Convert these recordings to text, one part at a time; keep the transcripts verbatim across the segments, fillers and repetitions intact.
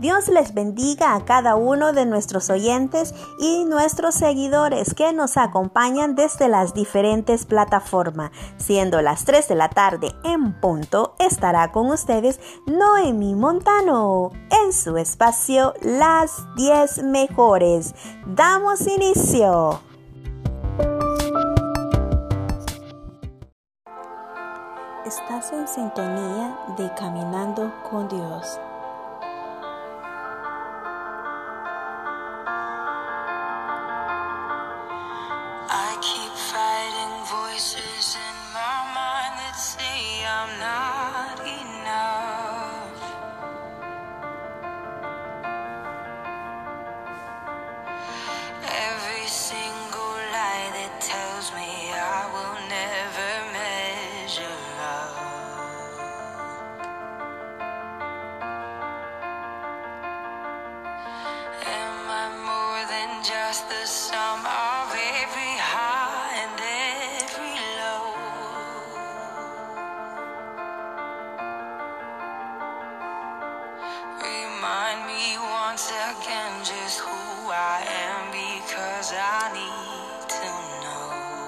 Dios les bendiga a cada uno de nuestros oyentes y nuestros seguidores que nos acompañan desde las diferentes plataformas. Siendo las tres de la tarde en punto, estará con ustedes Noemi Montano en su espacio Las diez Mejores. Damos inicio. Estás en sintonía de Caminando con Dios. I keep fighting voices in my mind that say I'm not enough. Every single lie that tells me I will never measure up. Am I more than just the sum of every high and every low? Remind me once again just who I am, because I need to know.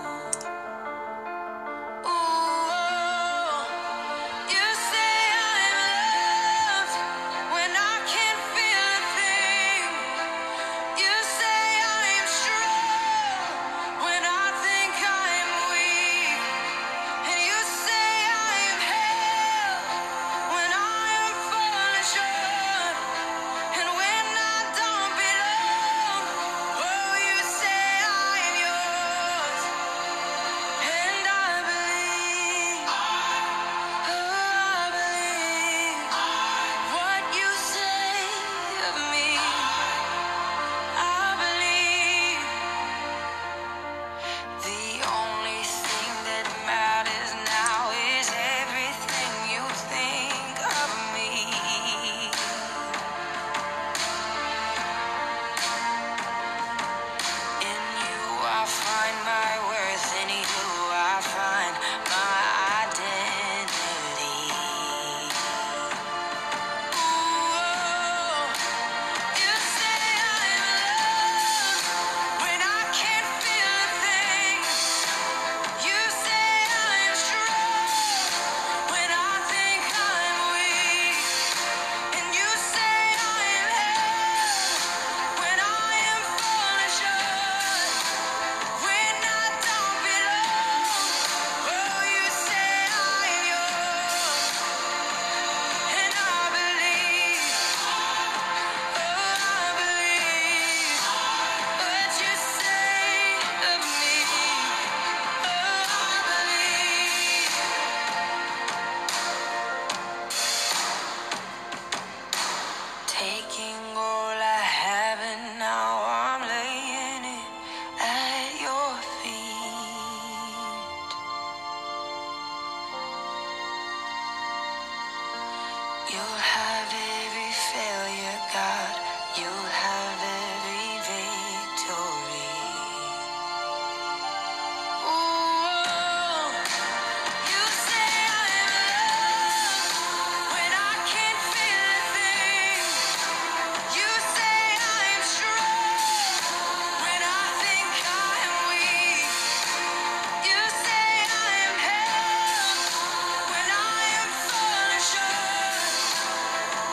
Ooh, you say I'm loved when I can't feel a thing. You say I'm strong when I think I'm weak. And you say I'm held when I am falling short. And when I don't belong, oh, you say I'm yours. And I believe, oh, I believe what you say of me. I believe the only thing that matters now is everything you think of me. In you I find my worth, in you I find my identity. Ooh, you say I'm loved when I can't feel a thing. You say I'm strong when I think I'm weak. And you say I'm held when I am falling short. When I don't belong, oh, you say I'm yours. And I believe, oh, I believe what you say of me. Oh, I believe. Taking all I have and now I'm laying it at your feet. You'll have every failure, God. You'll have every victory. Ooh, you say I'm loved when I can't feel a thing. You say I'm strong when I think I'm weak. You say I'm held when I am falling short.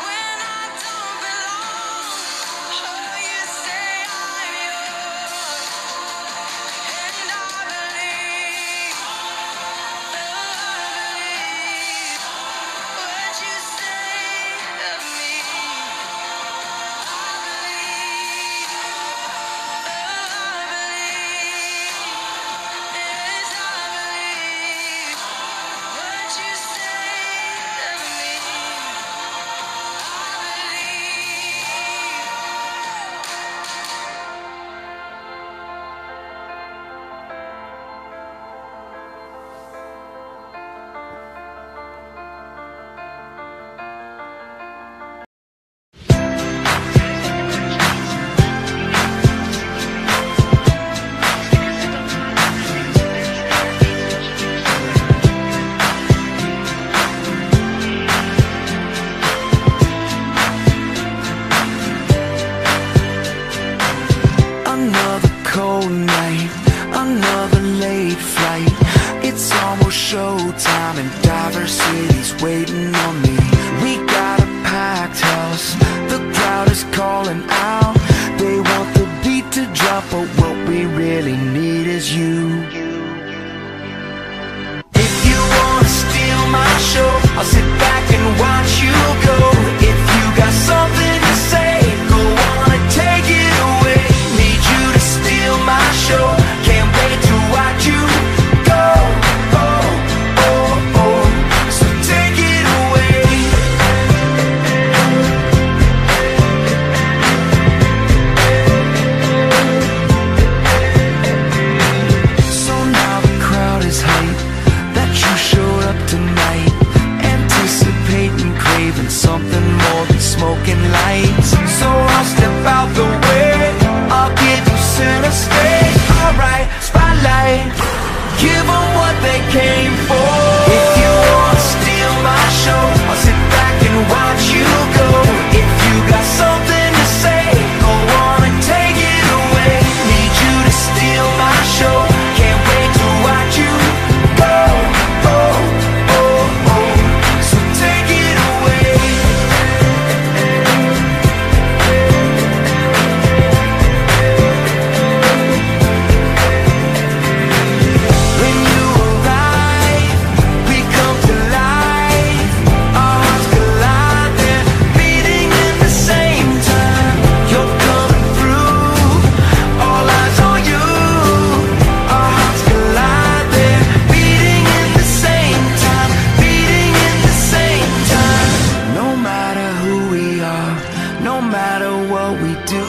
in diverse cities waiting on me. We got a packed house, the crowd is calling out. They want the beat to drop, but what we really need is you. If you wanna steal my show, I'll sit back and watch you go. If you got something to say, go on and take it away. Need you to steal my show, can't wait to watch you go. Oh, oh, oh, so take it away. So now the crowd is hyped that you showed up tonight, anticipating, craving something more than smoking lights. So I'll step out the way, I'll give you center stage. Alright, spotlight, give them what they came for. If you wanna steal my show, I'll sit back and watch you go. If you got something to say, go on and take it away. Need you to steal my show, can't wait to watch you go. Oh, oh, oh, so take it away. When you arrive, we come to life. Our hearts collide, they're beating at the same time. You're coming through, all eyes on you. Our hearts collide, they're beating at the same time, beating at the same time. No matter who we are, no matter what we do,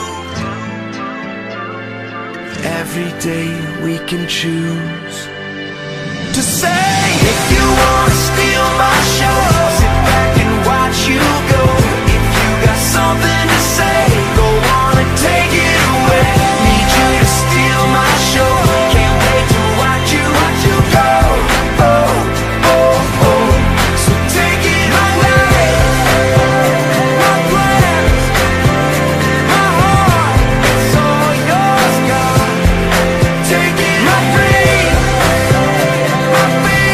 every day we can choose to say, if you wanna steal my show, I'll sit back and watch you go. If you got something to say, go on and take it away. Need you to steal my show, can't wait to watch you, watch you go. Oh, oh, oh, so take it away. My plans, my heart, it's all yours, God. Take it, my dreams, my fears.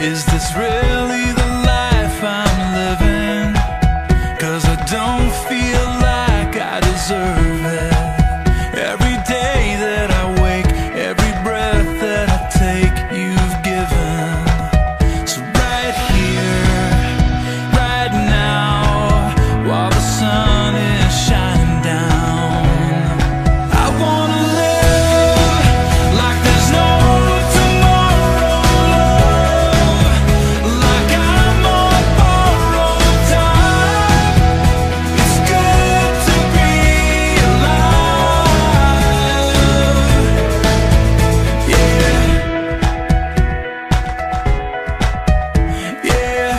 Is this really the life I'm living? 'Cause I don't feel like I deserve it. Every day that I wake, every breath that I take, you've given. So right here, right now, while the sun is shining down, I wanna live like there's no tomorrow, like I'm on borrowed time. It's good to be alive. Yeah, yeah.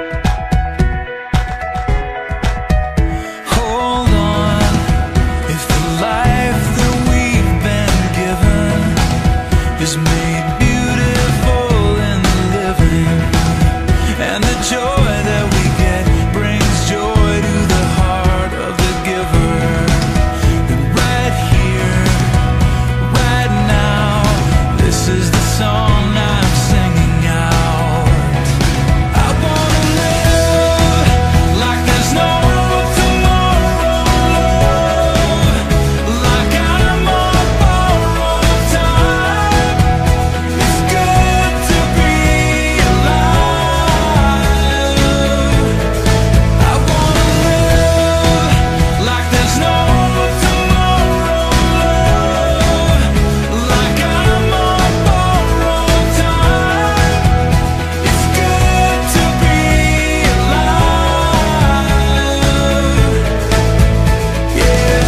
Hold on. If the life that we've been given is made beautiful in the living, and the joy that we get brings joy to the heart of the giver, then right here, right now, this is the song I'm singing out. I wanna live like there's no tomorrow, like I'm on borrowed time. It's good to be alive. I wanna live like there's no tomorrow, like I'm on borrowed time. It's good to be alive. Yeah.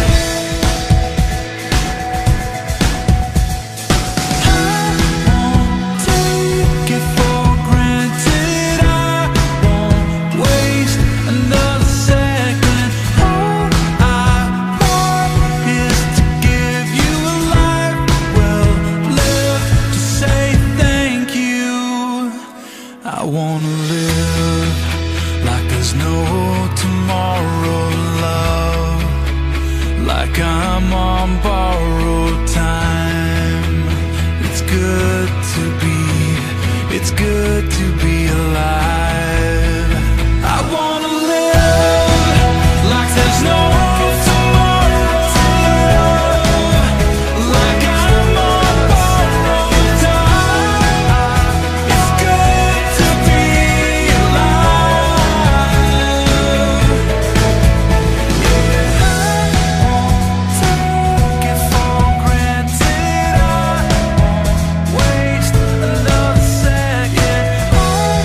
I won't take it for granted. I won't waste another second. All I want is to give you a life well lived, to say thank you. I wanna live like there's no tomorrow, love, like I'm on borrowed time. It's good to be, it's good to be alive. I wanna live like there's no tomorrow, like I'm on borrowed time. It's good to be alive. Yeah. I won't take it for granted. I won't waste another second. All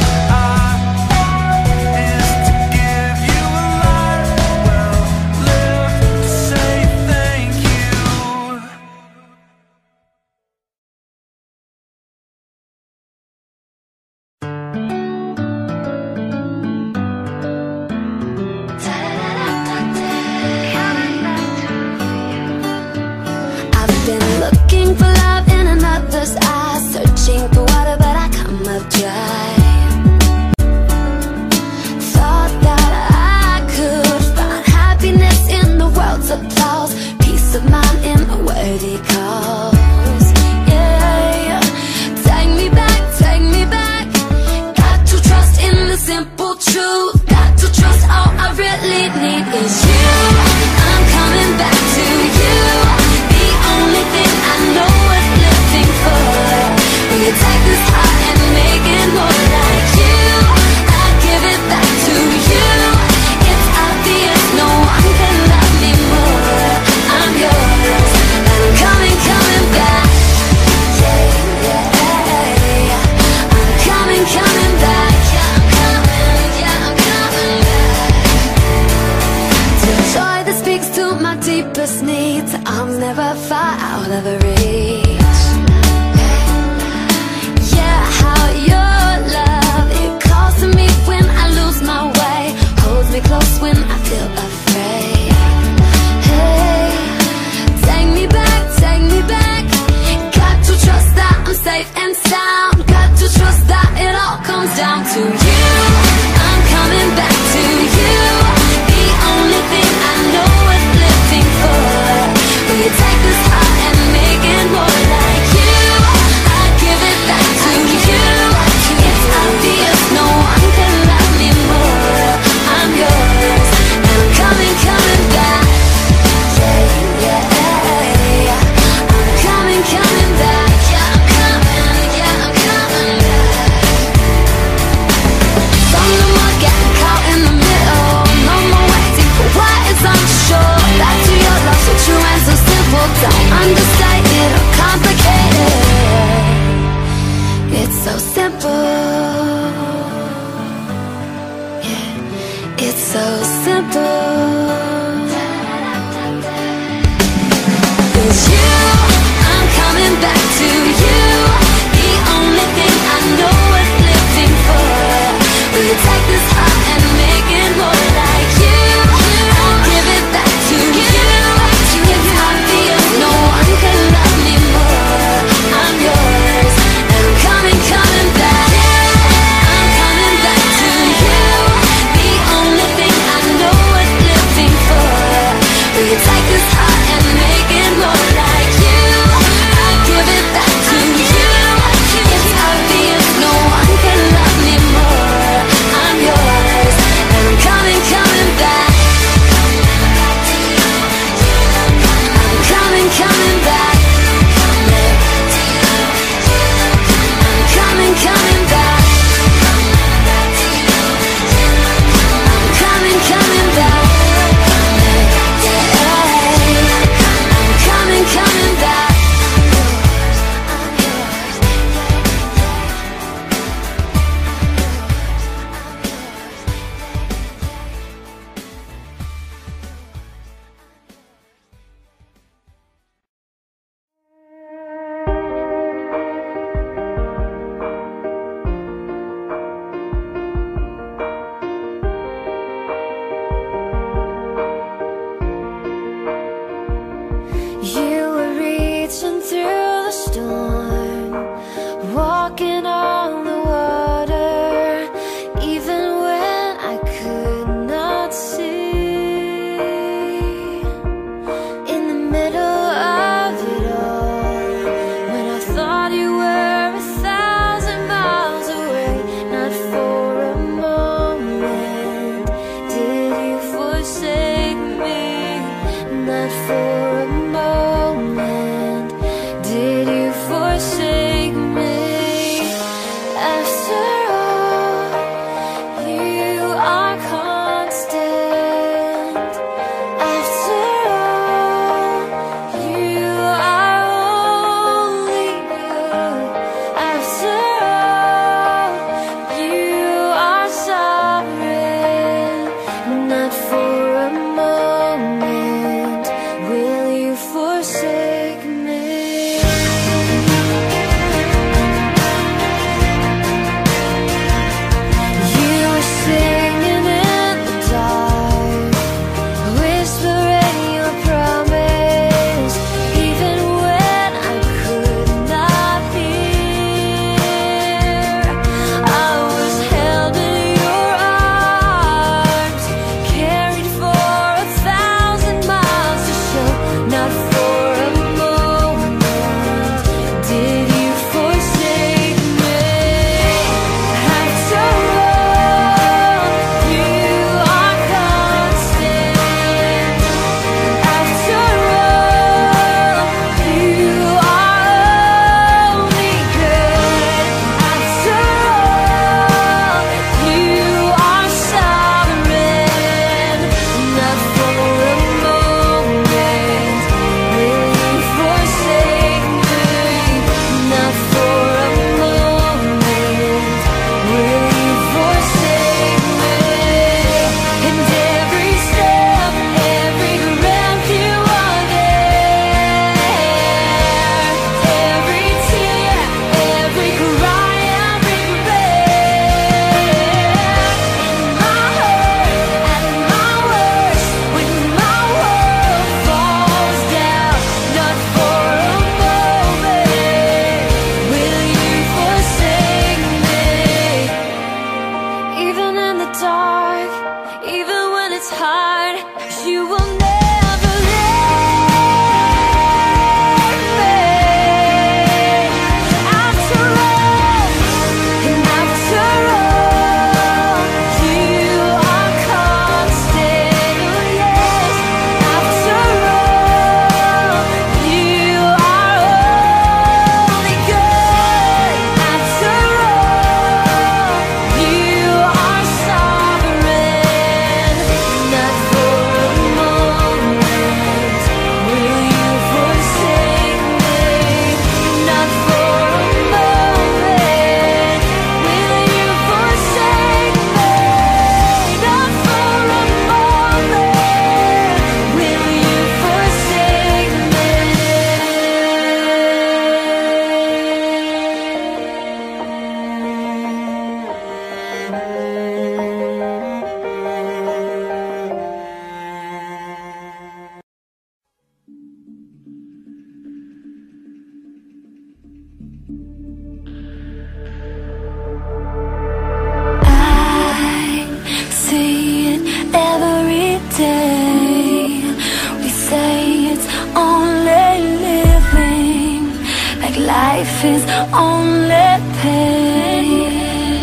life is only pain.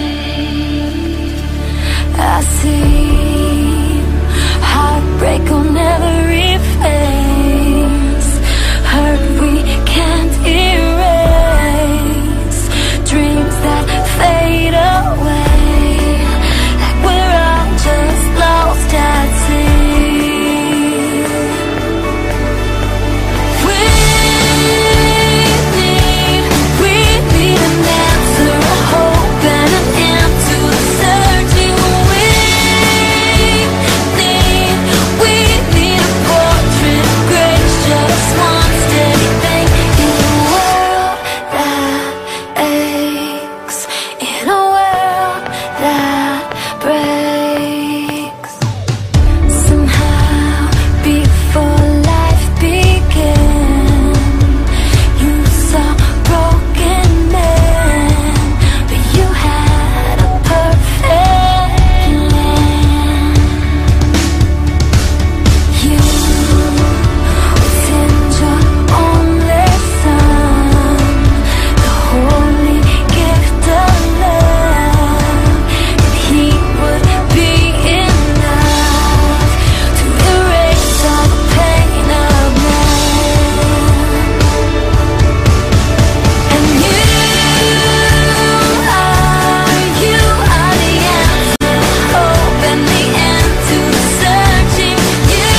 I see heartbreak will never replace hurt we can't erase, dreams that fade away like we're all just lost at sea. We need, we need an answer, a hope and an end to the searching. We need, we need a portrait of grace, just one steady thing in a world that aches, in a world that breaks. Somehow before life began, you saw broken men, but you had a perfect plan. You sent your only son, the holy gift of love, and he would be enough to erase all the pain of man. And you are, you are the answer, hope and the end to the searching. You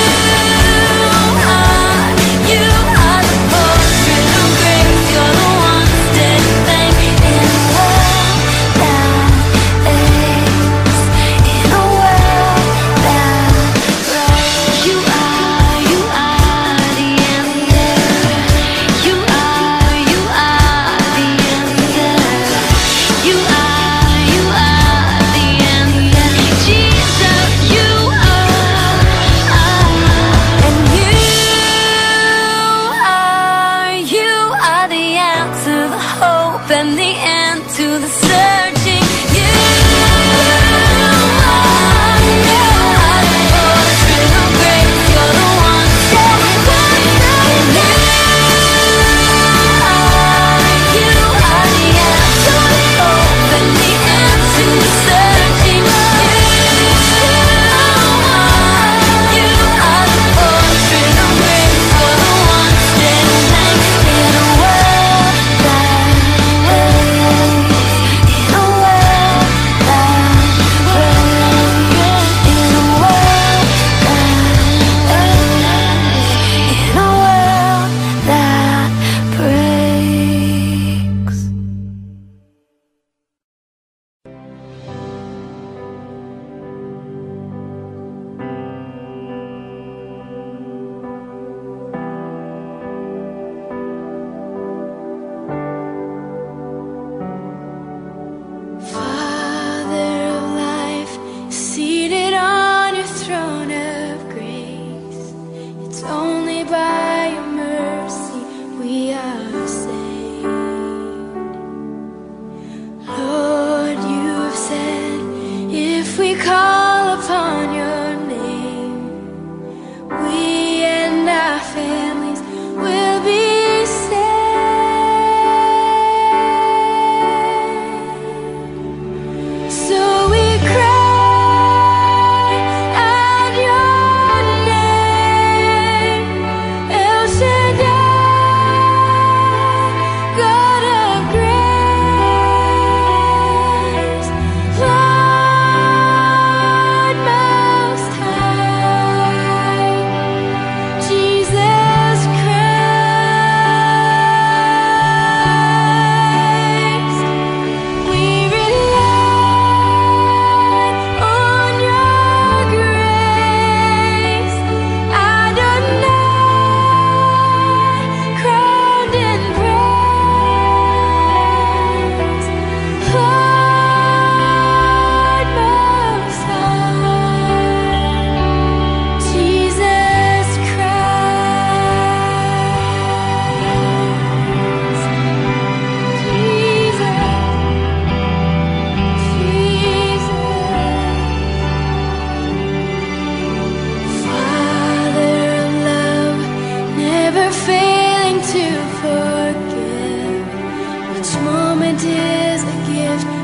are, you are the portrait of grace, you're the one steady thing in a world that aches, in a world that breaks. You are, you are the answer. You are, you are the answer. You are, you are the answer. Jesus, you are, and you are, you are the answer, the hope and the end to the searching. You are, you are the portrait of grace, you're the one steady thing. And you are, you are the answer, the hope and the end to the searching. You are, you are the portrait of grace, you're the one steady thing in a world that aches, in a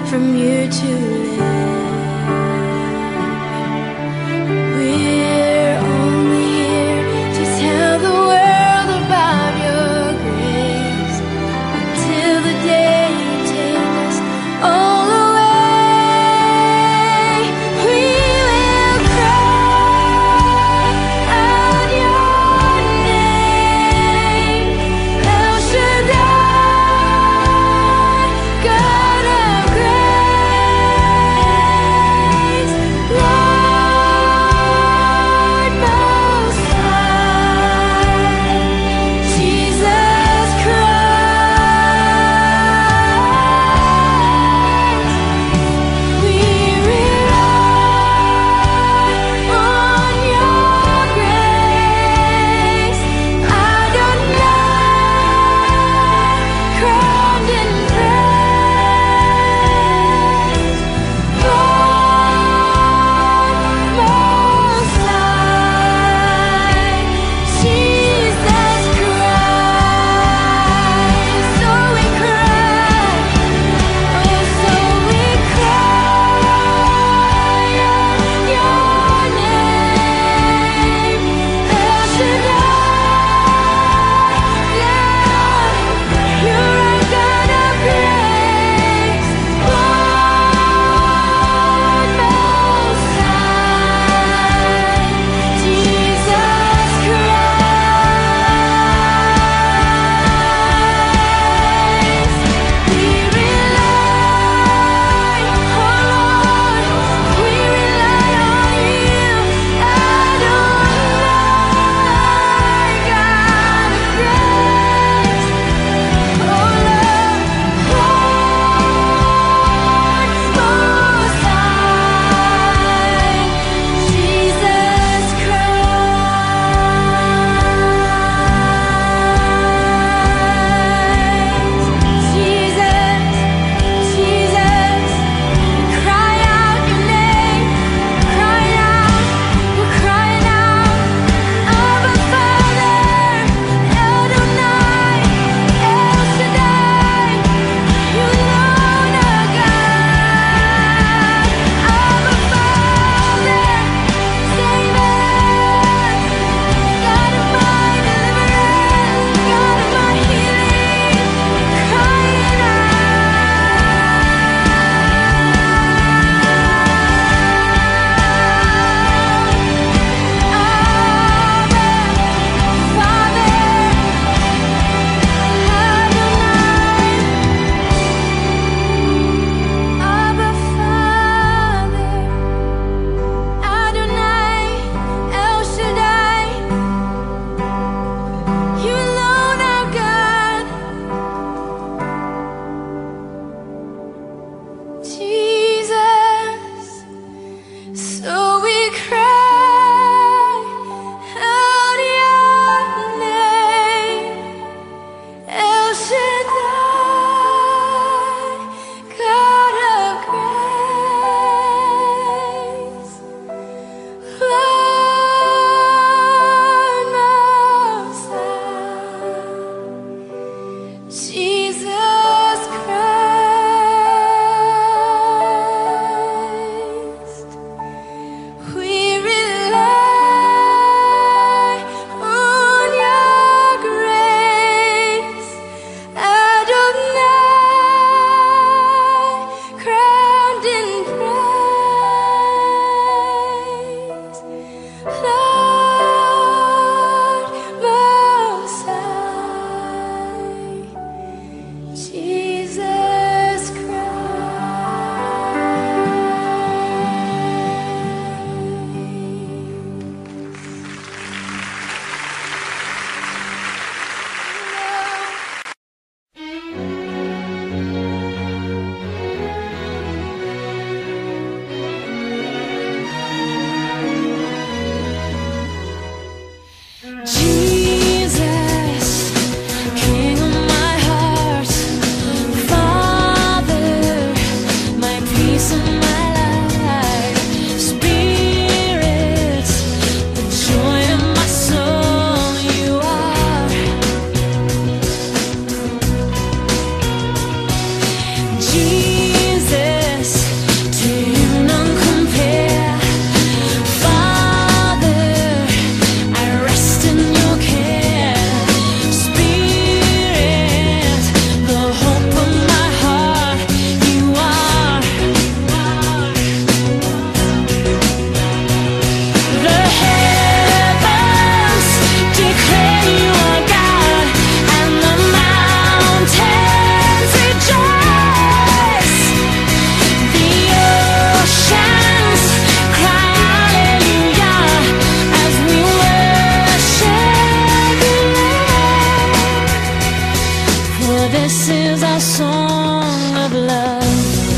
from you to live. We're only here to tell the world about your grace until the day you take us all away. We will cry out your name, El Shaddai, God of grace. of love.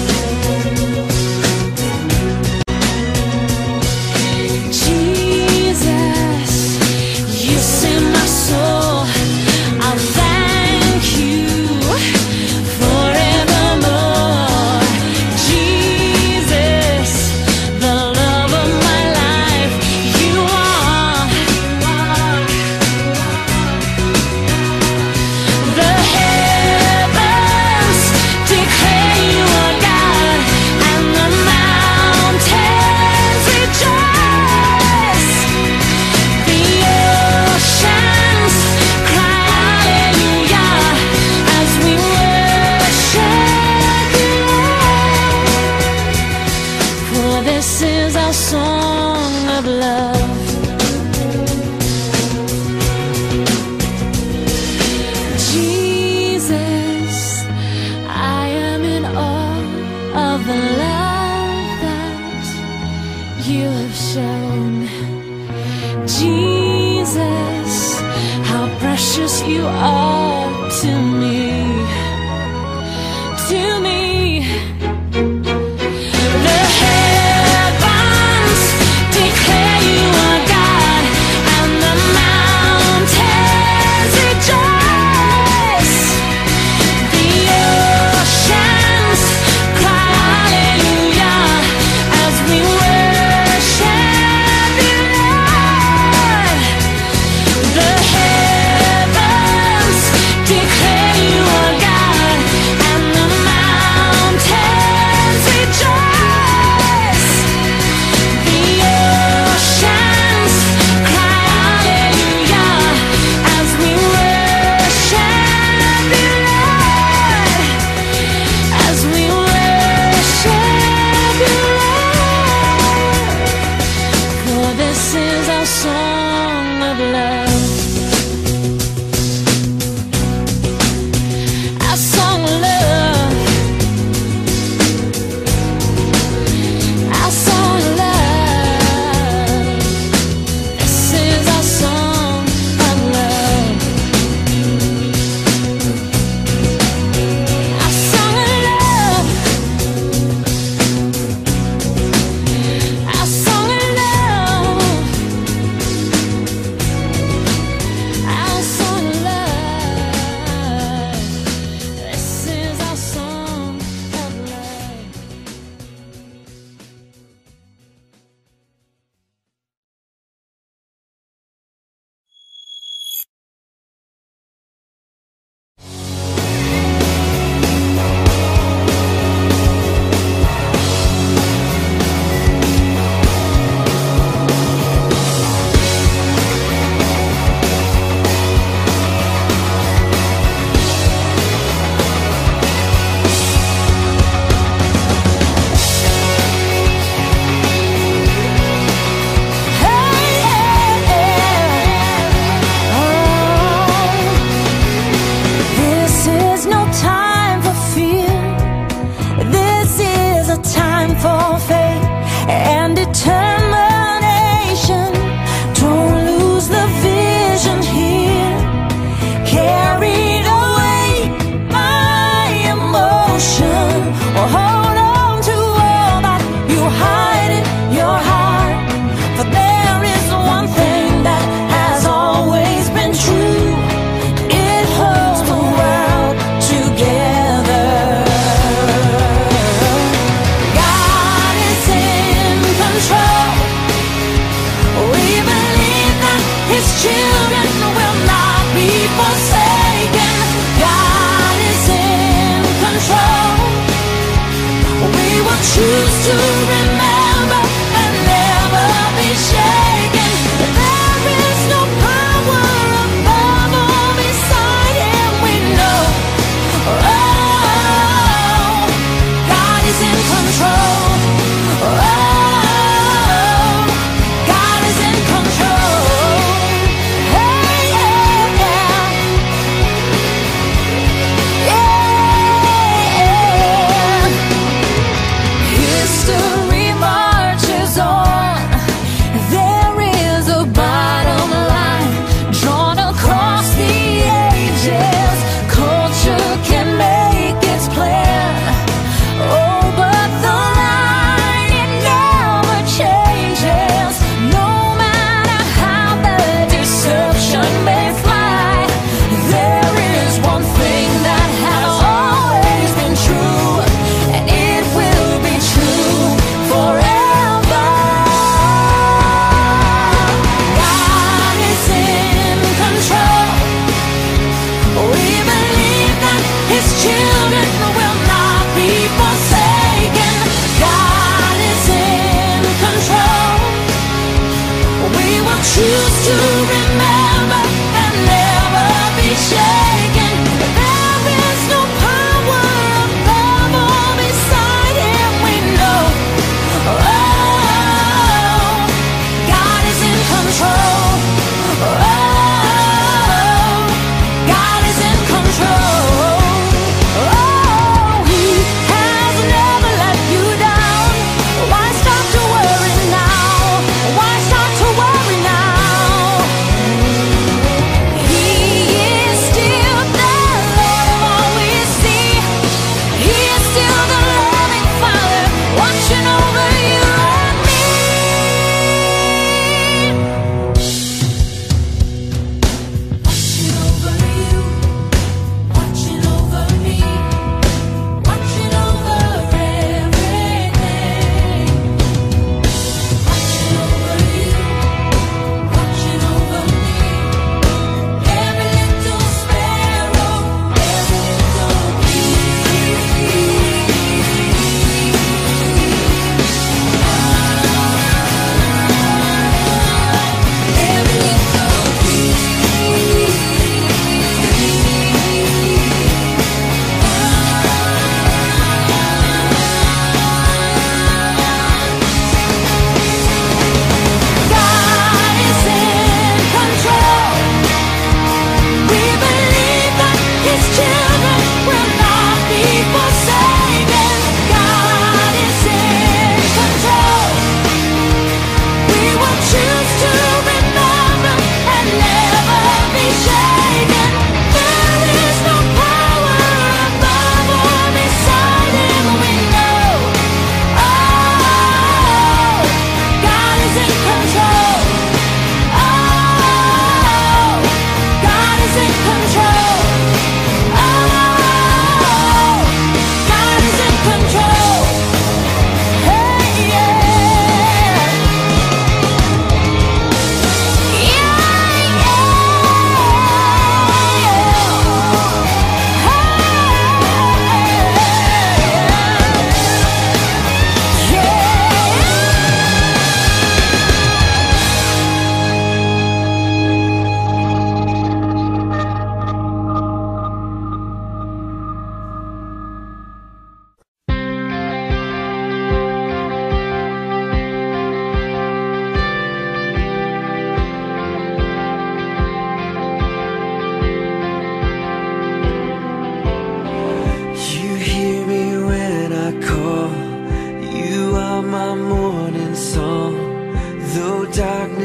Jesus, you save my soul. I'll thank you forevermore. Jesus, the love of my life, you are. The heavens declare you are God, and the mountains rejoice. The oceans cry hallelujah as we worship you, Lord. For this is our song of love. Jesus, I am in awe of the love that you have shown. Jesus, how precious you are to me, to me. The heavens declare you are God, and the mountains rejoice. The oceans cry hallelujah as we worship you, Lord. The heavens declare you are God, and the mountains rejoice. The oceans cry hallelujah as we worship you, Lord. As we worship you, Lord. For this is our song of love. Our song of love. Our song of love. This is our song of love. Our song of love. Our song of love. Our song of love. This is our song of love. This is no time for fear. This is a time for faith and determination. Don't lose the vision here. Carried away by emotion, or hold on to all that you hide in your heart. For there is one thing that has always been true. It holds the world together. God is in control. We believe that His children will not be forsaken. God is in control.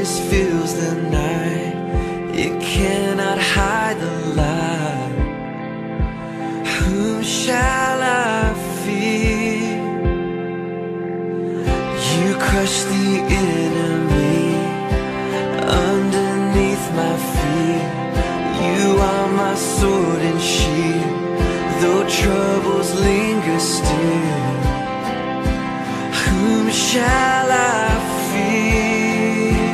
darkness fills the night, it cannot hide the light. Whom shall I fear? You crush the enemy underneath my feet. You are my sword and shield, though troubles linger still. Whom shall I fear?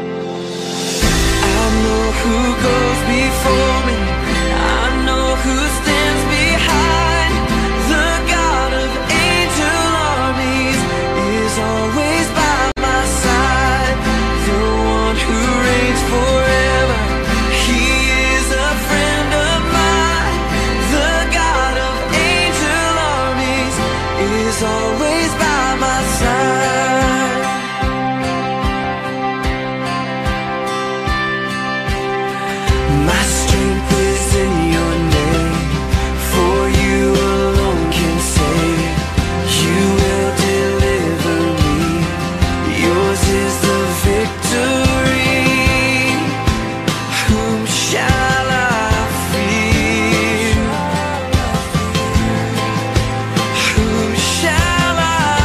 I know who goes before me, I know who stands behind. The God of angel armies is always by my side. The one who reigns forever, he is a friend of mine. The God of angel armies is always by my side. My strength is in your name, for you alone can save. You will deliver me, yours is the victory. Whom shall I fear? Whom shall I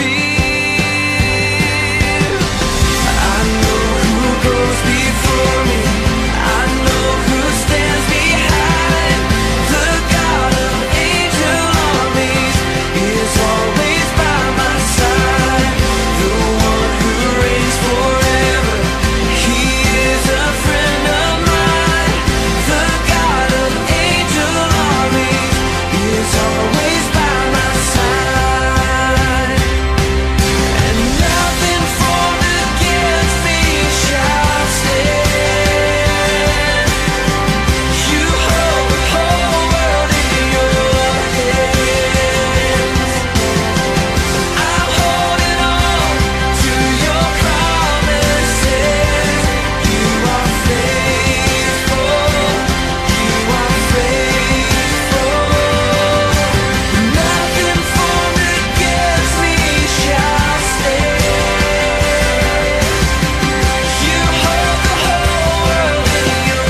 fear? I know who goes before me, I know who stands behind. The God of angel armies is always by my side. The one who reigns forever, he is a friend of mine. The God of angel armies is always by my side. And nothing formed against me shall stand. You hold the whole world in your hands. I'm holding on to your promises. You are faithful, you are faithful. Nothing formed against me shall stand. You hold the whole world in your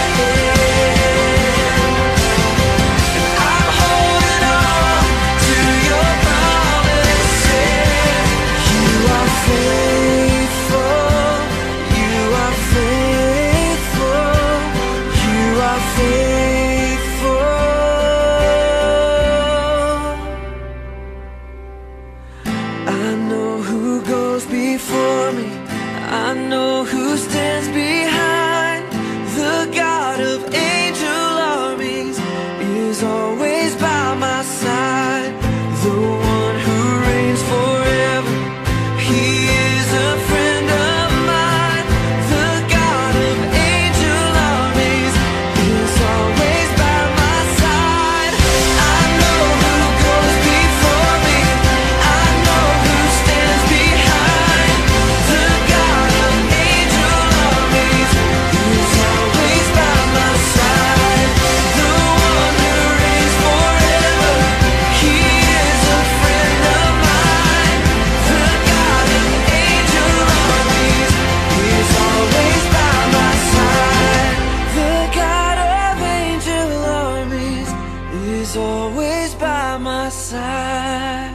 hands. I'm holding on to your promises. You are faithful, you are faithful, you are faithful. I know who goes before me, I know who stands behind. The God of angel armies is always by my side. The one who reigns forever, he is a friend of mine. The God of angel armies is always by my side. I know who goes before me, I know who stands behind. The God of angel armies is always by my side. The one who reigns forever, he is a friend of mine. The God of angel armies is always by my side. The God of angel armies is always by my side.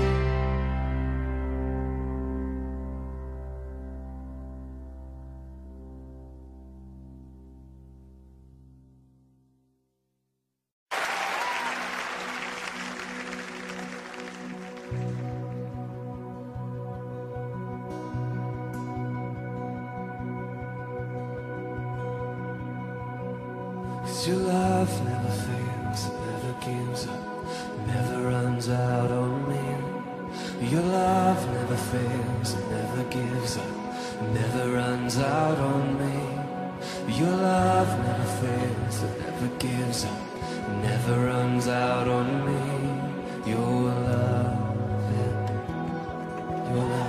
Cause your love never fails, never gives up, never runs out on me. Your love never fails, never gives up, never runs out on me. Your love never fails, never gives up, never runs out on me. Your love, yeah. Your love.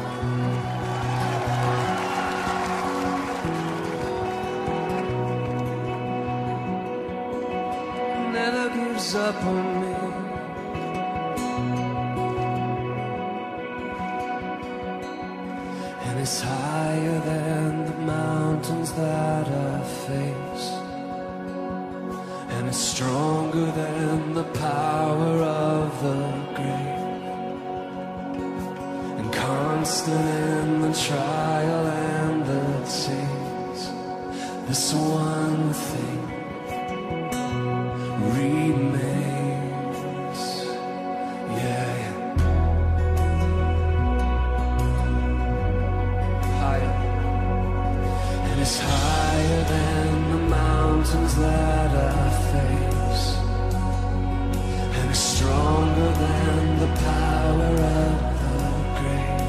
Never gives up on me. And it's higher than the constant in the trial and the change. This one thing remains. Yeah, yeah. Higher. And it's higher than the mountains that I face. And it's stronger than the power of the grave.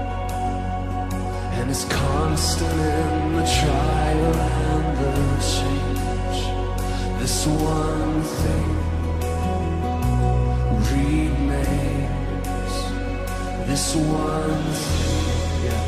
And it's constant in the trial and the change. This one thing remains. This one thing, yeah,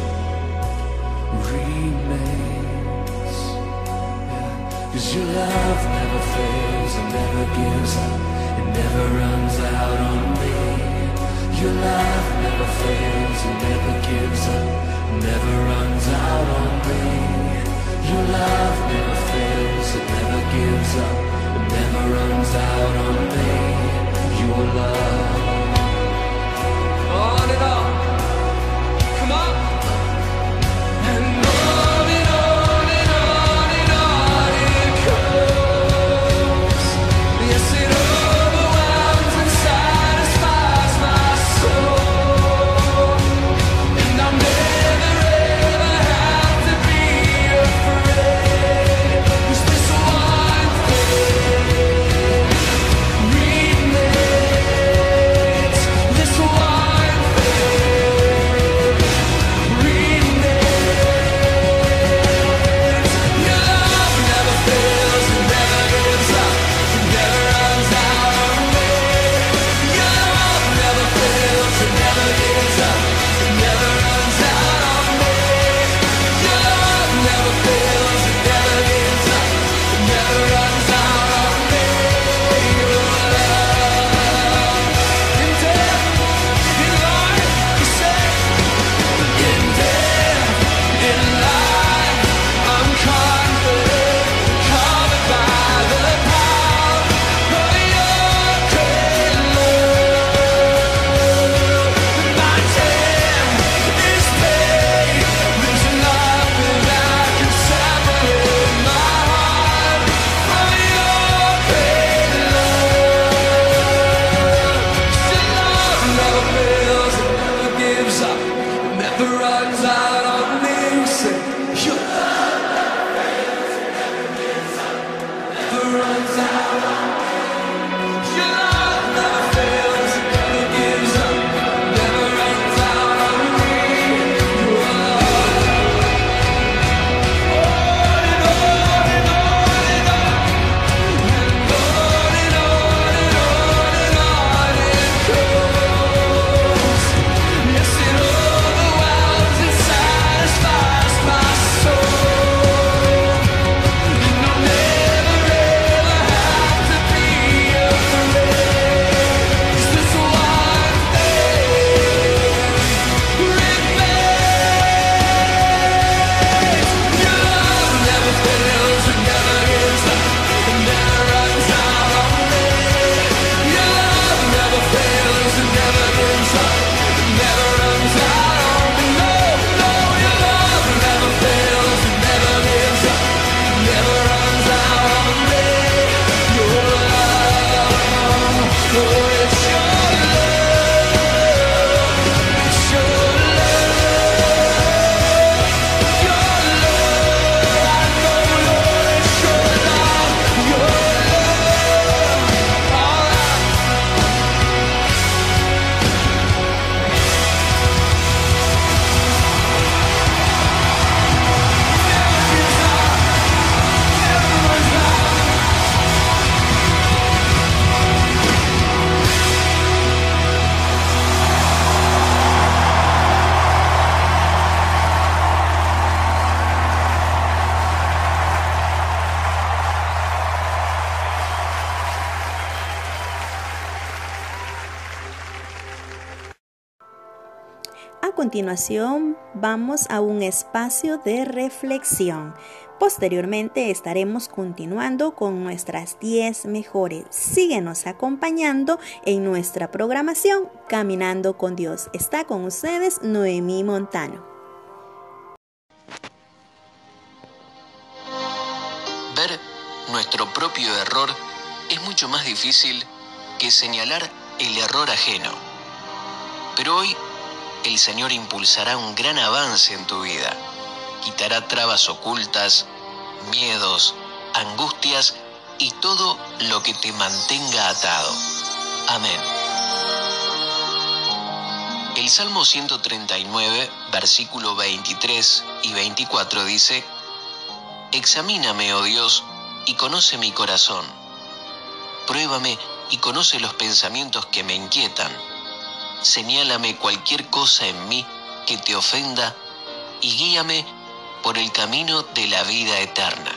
remains. Yeah. 'Cause your love never fails and never gives up. It never runs out on me. Your love never fails and never gives up. Never runs out on me. Your love never fails, it never gives up. It never runs out on me. Your love. On and on. Come on. And on and on and on and on it goes. Yes, it overwhelms and satisfies my soul. And I'll never ever have to be afraid. 'Cause this one thing remains. A continuación, vamos a un espacio de reflexión. Posteriormente estaremos continuando con nuestras diez mejores. Síguenos acompañando en nuestra programación Caminando con Dios. Está con ustedes Noemí Montano. Ver nuestro propio error es mucho más difícil que señalar el error ajeno. Pero hoy el Señor impulsará un gran avance en tu vida. Quitará trabas ocultas, miedos, angustias y todo lo que te mantenga atado. Amén. El Salmo ciento treinta y nueve, versículo veintitrés y veinticuatro dice: Examíname, oh Dios, y conoce mi corazón. Pruébame y conoce los pensamientos que me inquietan. Señálame cualquier cosa en mí que te ofenda y guíame por el camino de la vida eterna.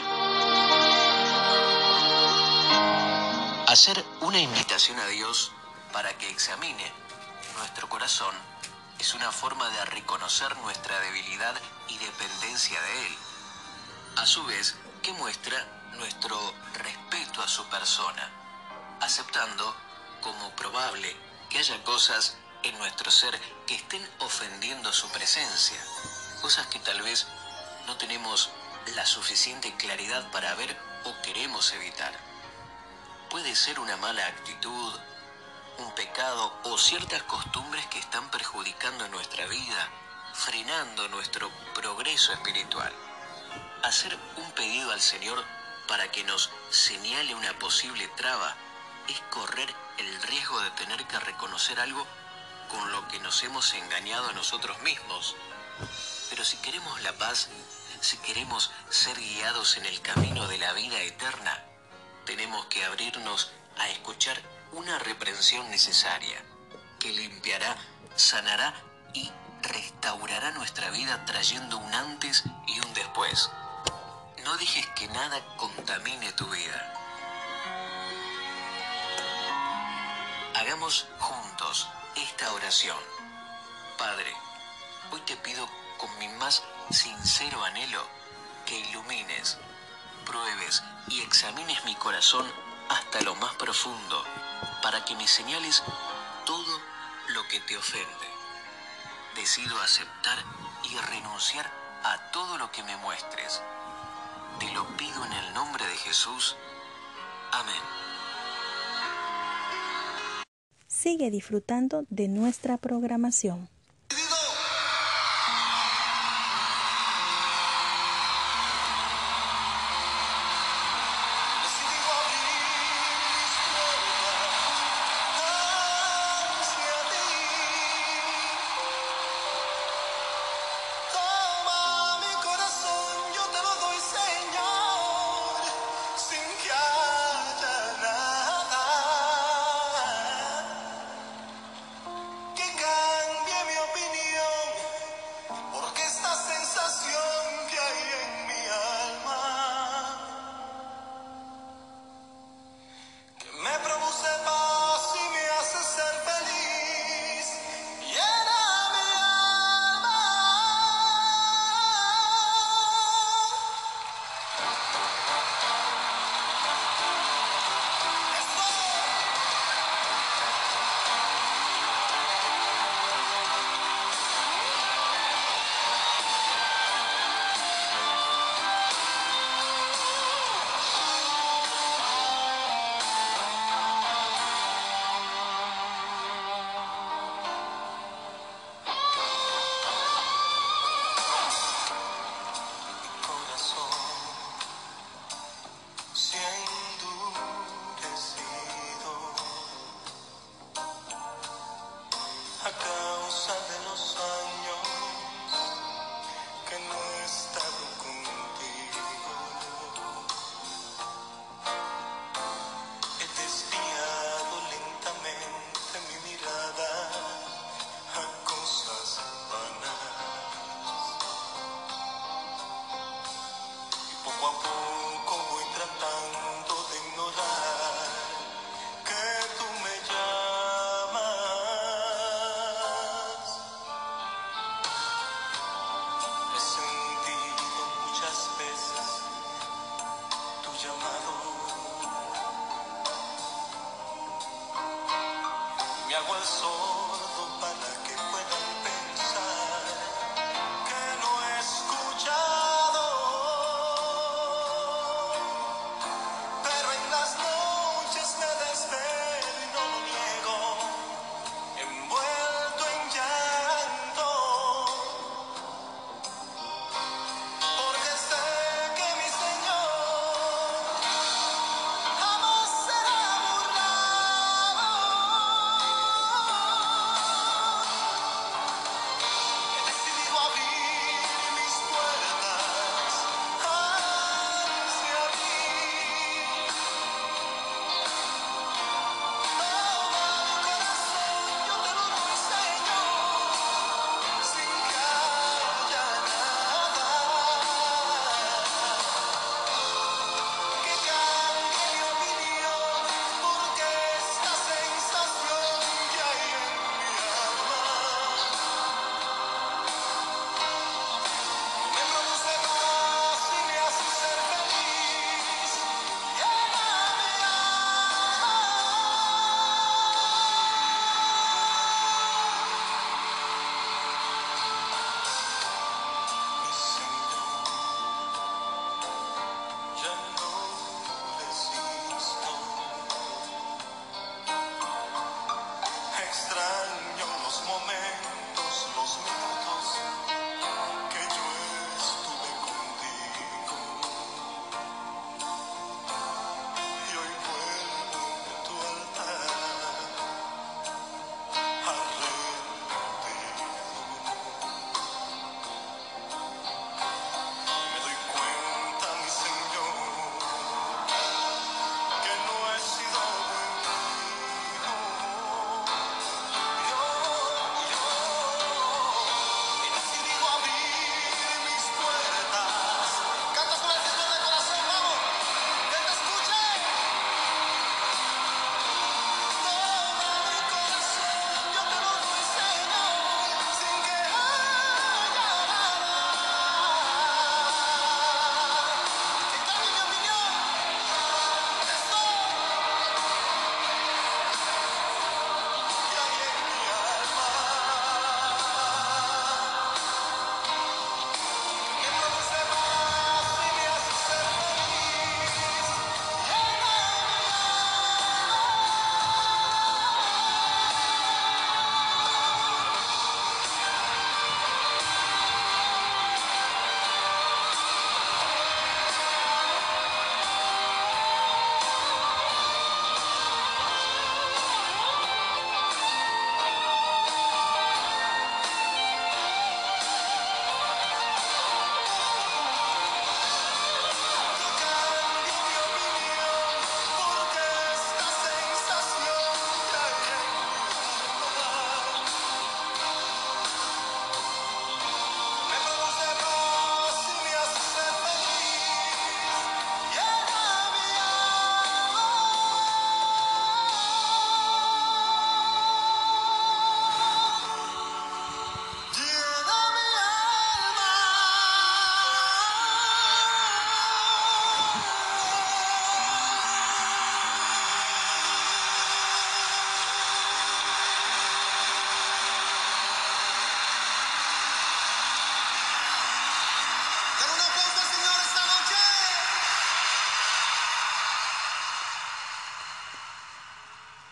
Hacer una invitación a Dios para que examine nuestro corazón es una forma de reconocer nuestra debilidad y dependencia de Él. A su vez, que muestra nuestro respeto a su persona, aceptando como probable que haya cosas en nuestro ser que estén ofendiendo su presencia, cosas que tal vez no tenemos la suficiente claridad para ver o queremos evitar. Puede ser una mala actitud, un pecado o ciertas costumbres que están perjudicando nuestra vida, frenando nuestro progreso espiritual. Hacer un pedido al Señor para que nos señale una posible traba es correr el riesgo de tener que reconocer algo con lo que nos hemos engañado a nosotros mismos. Pero si queremos la paz, si queremos ser guiados en el camino de la vida eterna, tenemos que abrirnos a escuchar una reprensión necesaria que limpiará, sanará y restaurará nuestra vida trayendo un antes y un después. No dejes que nada contamine tu vida. Hagamos juntos esta oración. Padre, hoy te pido con mi más sincero anhelo que ilumines, pruebes y examines mi corazón hasta lo más profundo, para que me señales todo lo que te ofende. Decido aceptar y renunciar a todo lo que me muestres. Te lo pido en el nombre de Jesús. Amén. Sigue disfrutando de nuestra programación. Toma mi corazón, yo te lo doy, Señor, sin que haya nada que cambie mi opinión, porque esta sensación que hay en mi alma, que me produce paz y me hace ser feliz, llena mi alma. Mi corazón se ha endurecido a causa de los años que no he estado contigo. He desviado lentamente mi mirada a cosas vanas. Poco a poco voy tratando de ignorar que tú me llamas.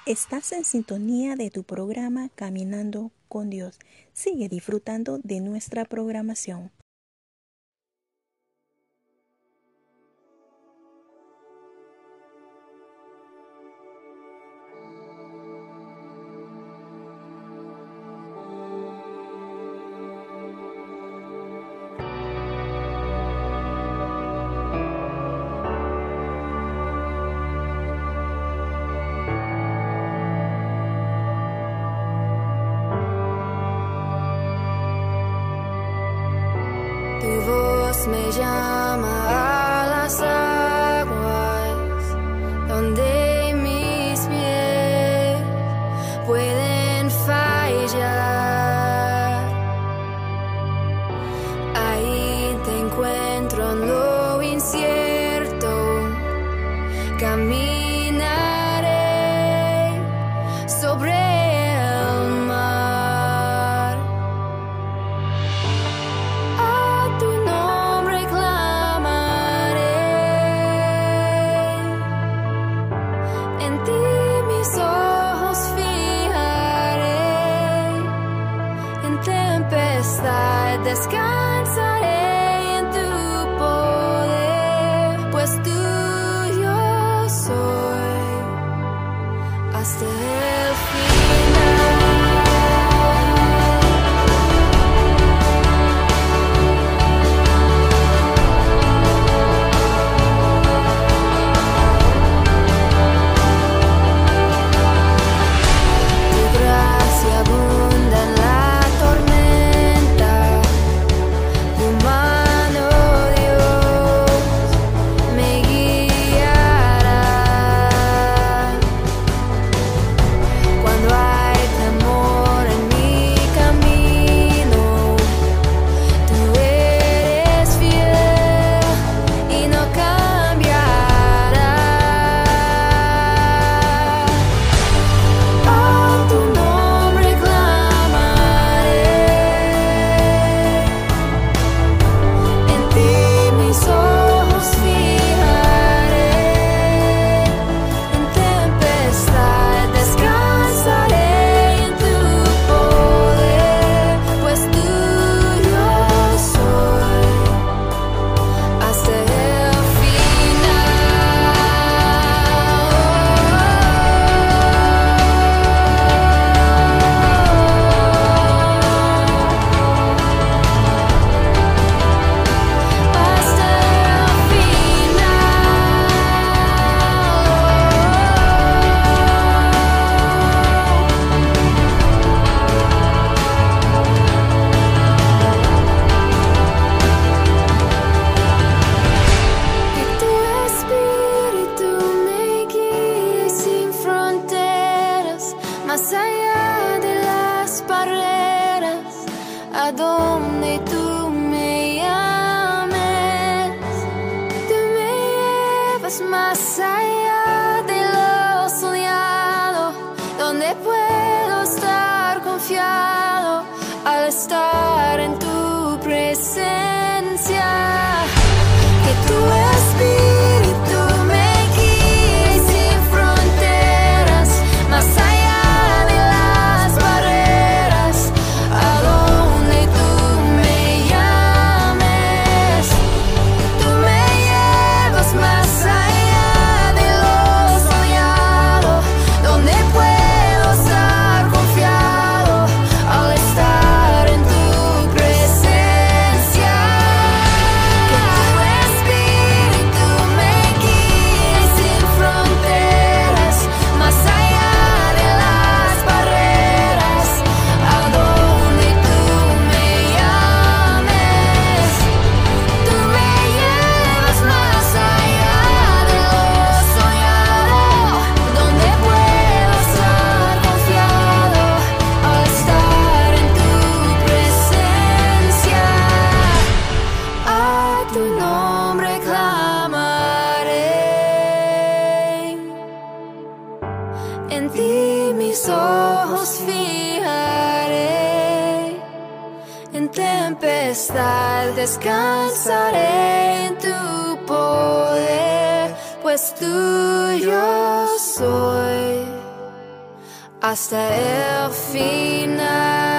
Estás en sintonía de tu programa Caminando con Dios. Sigue disfrutando de nuestra programación. Tu voz me llama a las aguas, donde mis pies pueden fallar. Ahí te encuentro en lo incierto, caminaré sobre el mar. A tu nombre clamaré, en ti mis ojos fijaré, en tempestad descansaré en tu poder, pues tuyo soy hasta el final. Tu gracia abunda en la tormenta, tu mano, Dios, me guiará. Cuando hay temor en mi camino, tú eres fiel y no cambiarás. A tu nombre clamaré, en ti mis ojos fijaré, en tempestad descansaré en tu poder, pues tuyo soy hasta el que tu espíritu me guíe sin fronteras, más allá de las barreras, a donde tú me llames. Tú me llevas más allá de lo soñado, donde puedo estar confiado al estar en tu presencia. Que tu espíritu me guíe sin fronteras, más allá de las barreras, a donde tú me llames. Tú me llevas más allá de lo soñado, donde puedo estar confiado al estar en tu presencia. Que tu espíritu me guíe sin fronteras, más allá de las barreras, a donde tú me llames. Tú me llevas más allá de lo soñado, donde puedo estar confiado al estar en tu presencia. A tu nombre clamaré, en ti mis ojos fijaré, en tempestad descansaré en tu poder, pues tuyo soy hasta el final.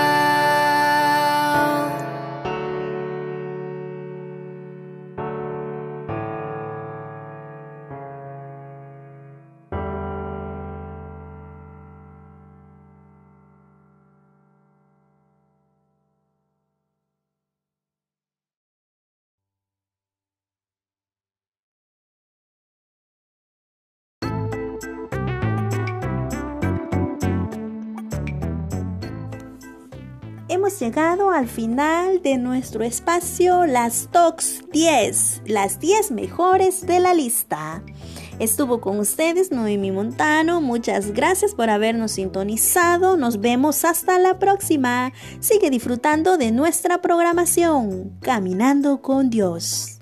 Hemos llegado al final de nuestro espacio Las Tops diez, las diez mejores de la lista. Estuvo con ustedes Noemi Montano, muchas gracias por habernos sintonizado, nos vemos hasta la próxima. Sigue disfrutando de nuestra programación, Caminando con Dios.